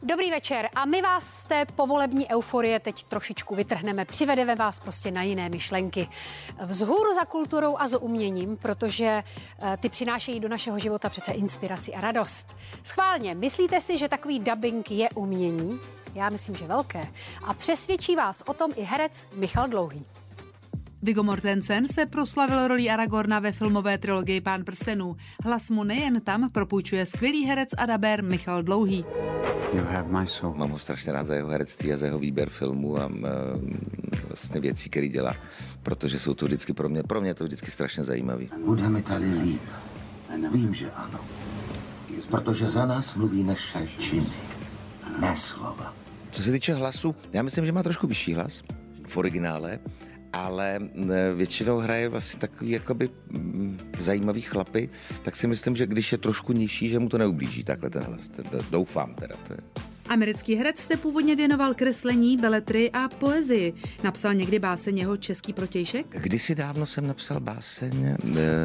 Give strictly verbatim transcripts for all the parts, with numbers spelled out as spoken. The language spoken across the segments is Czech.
Dobrý večer a my vás z té povolební euforie teď trošičku vytrhneme, přivedeme vás prostě na jiné myšlenky. Vzhůru za kulturou a za uměním, protože ty přinášejí do našeho života přece inspiraci a radost. Schválně, myslíte si, že takový dabing je umění? Já myslím, že velké. A přesvědčí vás o tom i herec Michal Dlouhý. Viggo Mortensen se proslavil rolí Aragorna ve filmové trilogii Pán prstenů. Hlas mu nejen tam propůjčuje skvělý herec a dabér Michal Dlouhý. You have my soul. Mám ho strašně rád za jeho herectví a za jeho výběr filmů a vlastně věcí, které dělá, protože jsou to vždycky pro mě, pro mě to vždycky strašně zajímavý. Bude mi tady líp. Vím, že ano. Protože za nás mluví naše činy, ne slova. Co se týče hlasu, já myslím, že má trošku vyšší hlas v originále, ale většinou hraje vlastně takový jakoby zajímavý chlapy, tak si myslím, že když je trošku nižší, že mu to neublíží takhle ten hlas. Doufám teda. To je. Americký herec se původně věnoval kreslení, beletry a poezii. Napsal někdy báseň jeho český protějšek? Kdysi dávno jsem napsal báseň e,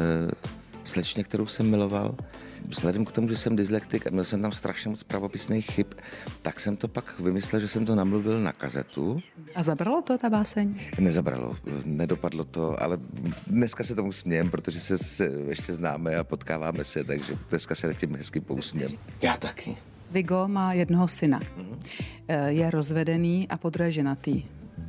slečně, kterou jsem miloval. Vzhledem k tomu, že jsem dyslektik a měl jsem tam strašně moc pravopisných chyb, tak jsem to pak vymyslel, že jsem to namluvil na kazetu. A zabralo to ta báseň? Nezabralo, nedopadlo to, ale dneska se tomu smějem, protože se, se ještě známe a potkáváme se, takže dneska se tím hezky pousmějem. Já taky. Viggo má jednoho syna. Mm-hmm. Je rozvedený a podruhé ženatý.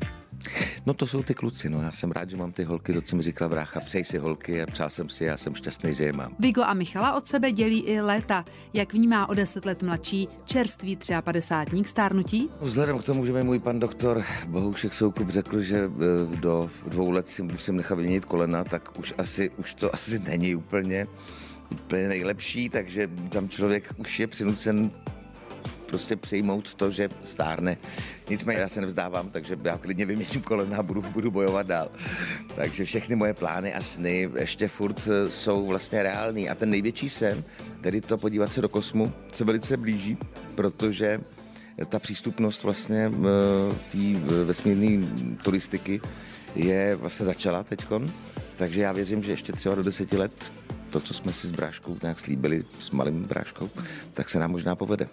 No to jsou ty kluci, no já jsem rád, že mám ty holky, to, co mi říkal brácha, přej si holky a přál jsem si, já jsem šťastný, že je mám. Viggo a Michala od sebe dělí i léta. Jak vnímá o deset let mladší čerstvý padesátník stárnutí? Vzhledem k tomu, že mi můj pan doktor Bohoušek Soukup řekl, že do dvou let si musím nechat vyměnit kolena, tak už asi, už to asi není úplně, úplně nejlepší, takže tam člověk už je přinucen prostě přijmout to, že stárne. Nicméně já se nevzdávám, takže já klidně vyměním kolena a budu, budu bojovat dál. Takže všechny moje plány a sny ještě furt jsou vlastně reální. A ten největší sen, tedy to podívat se do kosmu, se velice blíží, protože ta přístupnost vlastně té vesmírné turistiky je vlastně začala teďkon. Takže já věřím, že ještě třeba do deseti let to, co jsme si s bráškou nějak slíbili, s malým bráškou, tak se nám možná povede.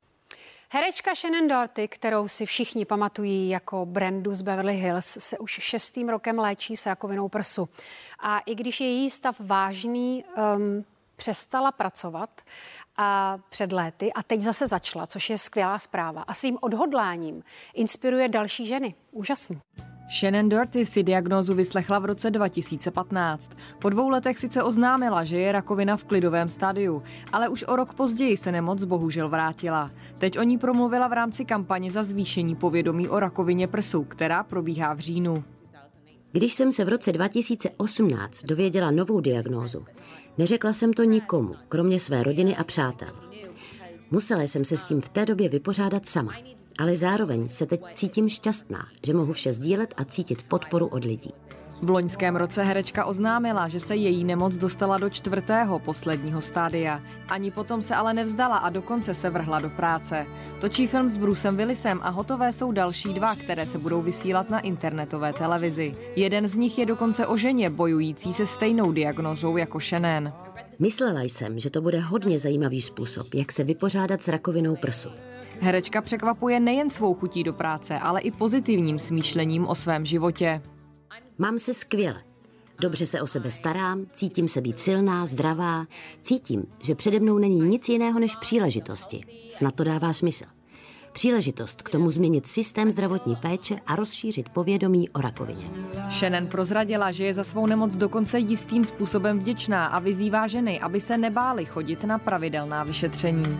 Herečka Shannen Doherty, kterou si všichni pamatují jako Brandu z Beverly Hills, se už šestým rokem léčí s rakovinou prsu. A i když je její stav vážný, um, přestala pracovat a před léty a teď zase začala, což je skvělá zpráva. A svým odhodláním inspiruje další ženy. Úžasný. Shannen Doherty si diagnózu vyslechla v roce dva tisíce patnáct. Po dvou letech sice oznámila, že je rakovina v klidovém stádiu, ale už o rok později se nemoc bohužel vrátila. Teď o ní promluvila v rámci kampaně za zvýšení povědomí o rakovině prsu, která probíhá v říjnu. Když jsem se v roce dva tisíce osmnáct dověděla novou diagnózu, neřekla jsem to nikomu, kromě své rodiny a přátel. Musela jsem se s tím v té době vypořádat sama, ale zároveň se teď cítím šťastná, že mohu vše sdílet a cítit podporu od lidí. V loňském roce herečka oznámila, že se její nemoc dostala do čtvrtého, posledního stádia. Ani potom se ale nevzdala a dokonce se vrhla do práce. Točí film s Brucem Willisem a hotové jsou další dva, které se budou vysílat na internetové televizi. Jeden z nich je dokonce o ženě bojující se stejnou diagnózou jako Shannen. Myslela jsem, že to bude hodně zajímavý způsob, jak se vypořádat s rakovinou prsu. Herečka překvapuje nejen svou chutí do práce, ale i pozitivním smýšlením o svém životě. Mám se skvěle. Dobře se o sebe starám, cítím se být silná, zdravá. Cítím, že přede mnou není nic jiného než příležitosti. Snad to dává smysl. Příležitost k tomu změnit systém zdravotní péče a rozšířit povědomí o rakovině. Shannen prozradila, že je za svou nemoc dokonce jistým způsobem vděčná a vyzývá ženy, aby se nebály chodit na pravidelná vyšetření.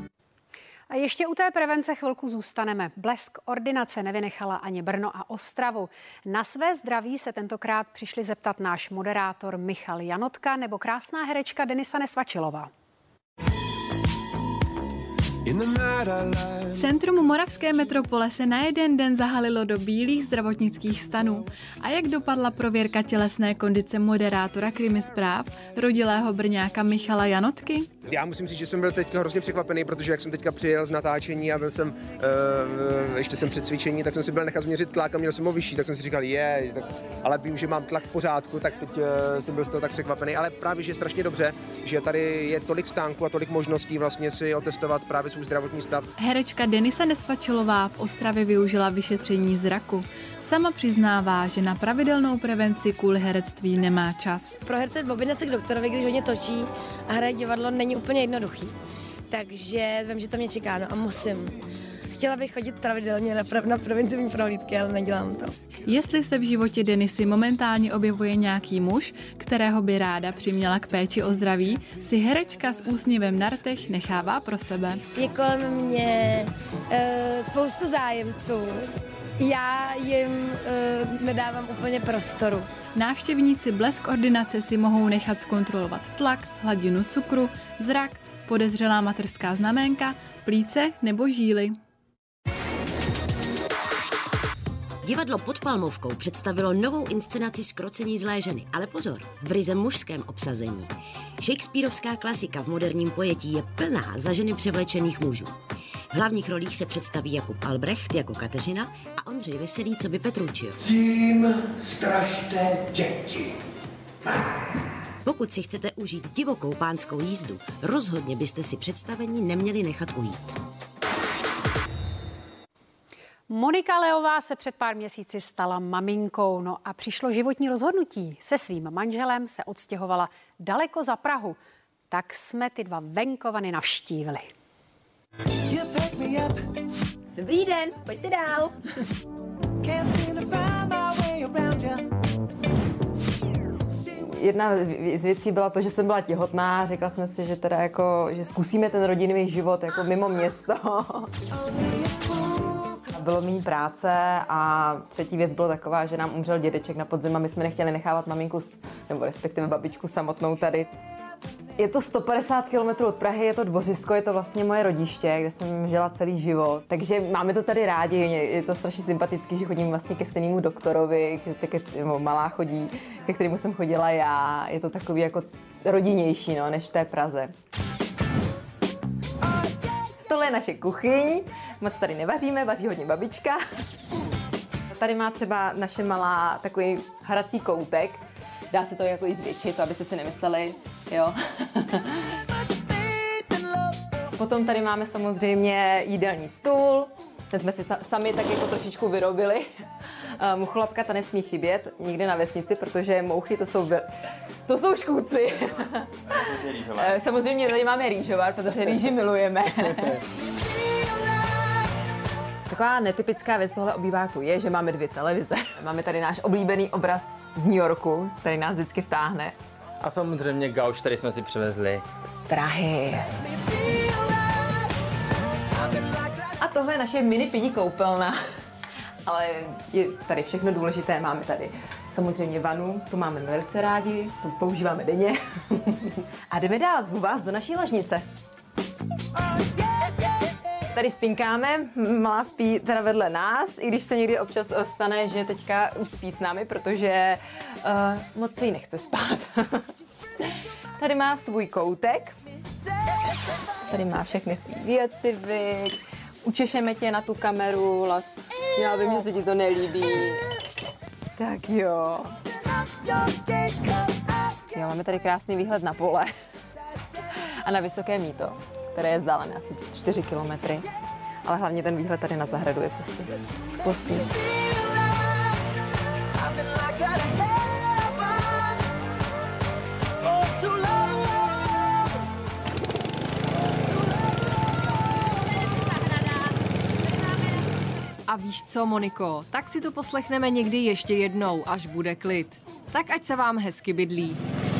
A ještě u té prevence chvilku zůstaneme. Blesk ordinace nevynechala ani Brno a Ostravu. Na své zdraví se tentokrát přišli zeptat náš moderátor Michal Janotka nebo krásná herečka Denisa Nesvačilová. Centrum moravské metropole se na jeden den zahalilo do bílých zdravotnických stanů. A jak dopadla prověrka tělesné kondice moderátora Krimi zpráv, rodilého Brňáka Michala Janotky? Já musím říct, že jsem byl teďka hrozně překvapený, protože jak jsem teďka přijel z natáčení a byl jsem, uh, ještě jsem před cvičení, tak jsem si byl nechat změřit tlak a měl jsem ho vyšší, tak jsem si říkal, je, tak, ale vím, že mám tlak v pořádku, tak teď uh, jsem byl z toho tak překvapený, ale právě, že je strašně dobře, že tady je tolik stánků a tolik možností vlastně si otestovat právě svůj zdravotní stav. Herečka Denisa Nesvačilová v Ostravě využila vyšetření zraku. Sama přiznává, že na pravidelnou prevenci kvůli herectví nemá čas. Pro herce v objednaci k doktorovi, když hodně točí a hraje divadlo, není úplně jednoduchý. Takže vím, že to mě čeká, no a musím. Chtěla bych chodit pravidelně na, prav, na preventivní prohlídky, ale nedělám to. Jestli se v životě Denisy momentálně objevuje nějaký muž, kterého by ráda přiměla k péči o zdraví, si herečka s úsměvem na rtech nechává pro sebe. Je kolem mě e, spoustu zájemců. Já jim e, nedávám úplně prostoru. Návštěvníci Blesk ordinace si mohou nechat zkontrolovat tlak, hladinu cukru, zrak, podezřelá mateřská znaménka, plíce nebo žíly. Divadlo Pod Palmovkou představilo novou inscenaci Zkrocení zlé ženy, ale pozor, v ryze mužském obsazení. Shakespearovská klasika v moderním pojetí je plná za ženy převlečených mužů. V hlavních rolích se představí Jakub Albrecht jako Kateřina a Ondřej Veselý co by Petruccio. Tím strašte děti. Pokud si chcete užít divokou pánskou jízdu, rozhodně byste si představení neměli nechat ujít. Monika Leová se před pár měsíci stala maminkou, no a přišlo životní rozhodnutí. Se svým manželem se odstěhovala daleko za Prahu. Tak jsme ty dva venkovany navštívili. Dobrý den, pojďte dál. Jedna z věcí byla to, že jsem byla těhotná, řekla jsme si, že teda jako, že zkusíme ten rodinný život jako mimo město. Bylo méně práce a třetí věc bylo taková, že nám umřel dědeček na podzim a my jsme nechtěli nechávat maminku, nebo respektive babičku samotnou tady. Je to sto padesát kilometrů od Prahy, je to Dvořisko, je to vlastně moje rodiště, kde jsem žila celý život. Takže máme to tady rádi, je to strašně sympatický, že chodím vlastně ke stejnému doktorovi, ke, ke, malá chodí, ke kterému jsem chodila já. Je to takový jako rodinnější, no, než v té Praze. Tohle je naše kuchyň, moc tady nevaříme, vaří hodně babička. Tady má třeba naše malá takový hrací koutek. Dá se to jako i zvětšit, to abyste si nemysleli, jo. Potom tady máme samozřejmě jídelní stůl. Ten jsme si sami tak jako trošičku vyrobili. Mucholapka ta nesmí chybět nikde na vesnici, protože mouchy to jsou, to jsou škůdci. Samozřejmě tady máme rýžovar, protože rýži milujeme. Taková netypická věc tohle obýváku je, že máme dvě televize. Máme tady náš oblíbený obraz z New Yorku, který nás vždycky vtáhne. A samozřejmě gauč, který jsme si přivezli z Prahy. A tohle je naše mini pidi koupelna. Ale je tady všechno důležité. Máme tady samozřejmě vanu, tu máme velice rádi, tu používáme denně. A jdeme dál, zvu vás do naší ložnice. Tady spinkáme, malá spí teda vedle nás, i když se někdy občas stane, že teďka už spí s námi, protože uh, moc se jí nechce spát. Tady má svůj koutek, tady má všechny své věci, viď. Učešeme tě na tu kameru, las. Já vím, že se ti to nelíbí. Tak jo. Jo, máme tady krásný výhled na pole a na Vysoké Mýto, které je vzdálené asi čtyři kilometry. Ale hlavně ten výhled tady na zahradu je prostě skvostný. A víš co, Moniko, tak si to poslechneme někdy ještě jednou, až bude klid. Tak ať se vám hezky bydlí.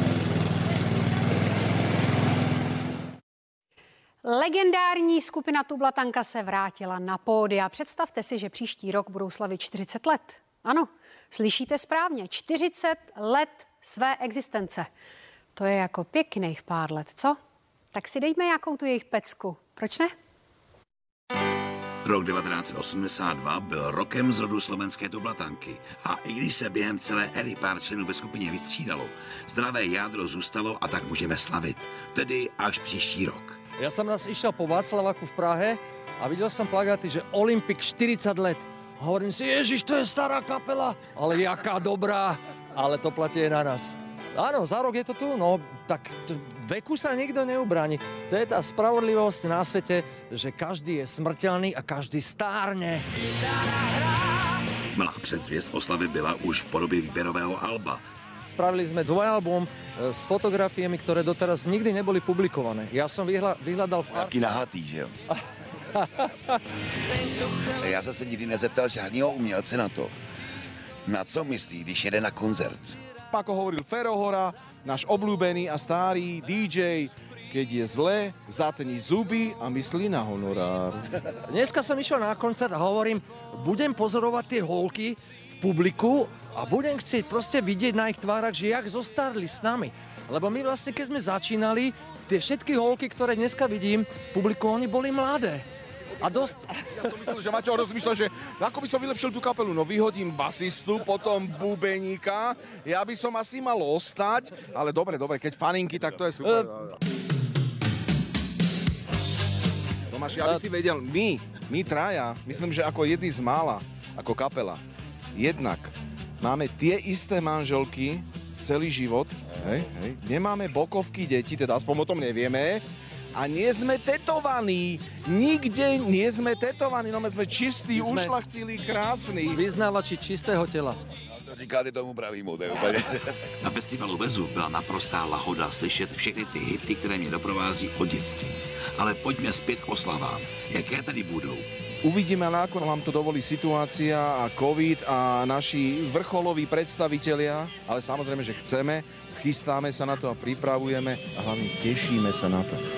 Legendární skupina Tublatanka se vrátila na pódia. Představte si, že příští rok budou slavit čtyřicet let. Ano, slyšíte správně, čtyřicet let své existence. To je jako pěkných pár let, co? Tak si dejme nějakou tu jejich pecku. Proč ne? Rok devatenáct set osmdesát dva byl rokem zrodu slovenské Tublatanky a i když se během celé éry pár členů ve skupině vystřídalo, zdravé jádro zůstalo a tak můžeme slavit, tedy až příští rok. Ja som raz išiel po Václaváku v Prahe a videl som plagáty, že Olympik štyridsať let. A hovorím si, ježiš, to je stará kapela, ale jaká dobrá, ale to platí aj na nás. Áno, za rok je to tu, no tak t- veku sa nikto neubráni. To je tá spravodlivosť na svete, že každý je smrteľný a každý stárne. Malá předzvěst oslavy byla už v podobě výběrového alba. Spravili sme dvojalbum s fotografiemi, ktoré doteraz nikdy neboli publikované. Ja som vyhľa- vyhľadal v... Jaký nahatý, že jo? Já jsem se nikdy nezeptal žádného umělce na to, na co myslí, když jede na koncert. Ako hovoril Fero Hora, náš obľúbený a starý dý džej, keď je zle, zatni zuby a myslí na honorár. Dneska som išiel na koncert a hovorím, budem pozorovať tie holky v publiku a budem chcieť proste vidieť na ich tvárach, že jak zostarli s nami. Lebo my vlastne, keď sme začínali, tie všetky holky, ktoré dneska vidím v publiku, oni boli mladé. A dosť... Ja som myslel, že Maťo rozmýšľa, že ako by som vylepšil tú kapelu. No vyhodím basistu, potom bubeníka, ja by som asi mal ostať, ale dobre, dobre, keď faninky, tak to je super. Uh... Tomáš, ja by si vedel, my, my traja, myslím, že ako jedni z mála, ako kapela, jednak máme tie isté manželky celý život, hej, hej, nemáme bokovky deti, teda aspoň o tom nevieme, a nie sme tetovaní, nikde nie sme tetovaní, no my sme čistí, sme ušľachtilí, krásni. Vyznávači čistého tela. To říkáte tomu pravýmu, to je úplně. Na festivalu Vezuv byla naprostá lahoda slyšet všechny ty hity, které mě doprovází od dětství. Ale pojďme zpět k oslavám. Jaké tady budou? Uvidíme, ako nám to dovolí situácia a covid a naši vrcholoví predstavitelia, ale samozrejme, že chceme, chystáme sa na to a pripravujeme a hlavne tešíme sa na to.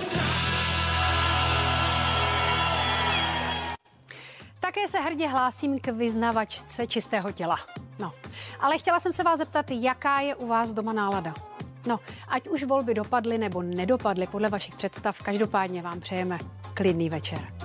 Také se hrdě hlásím k vyznavačce čistého těla. No, ale chtěla jsem se vás zeptat, jaká je u vás doma nálada? No, ať už volby dopadly nebo nedopadly podle vašich představ, každopádně vám přejeme klidný večer.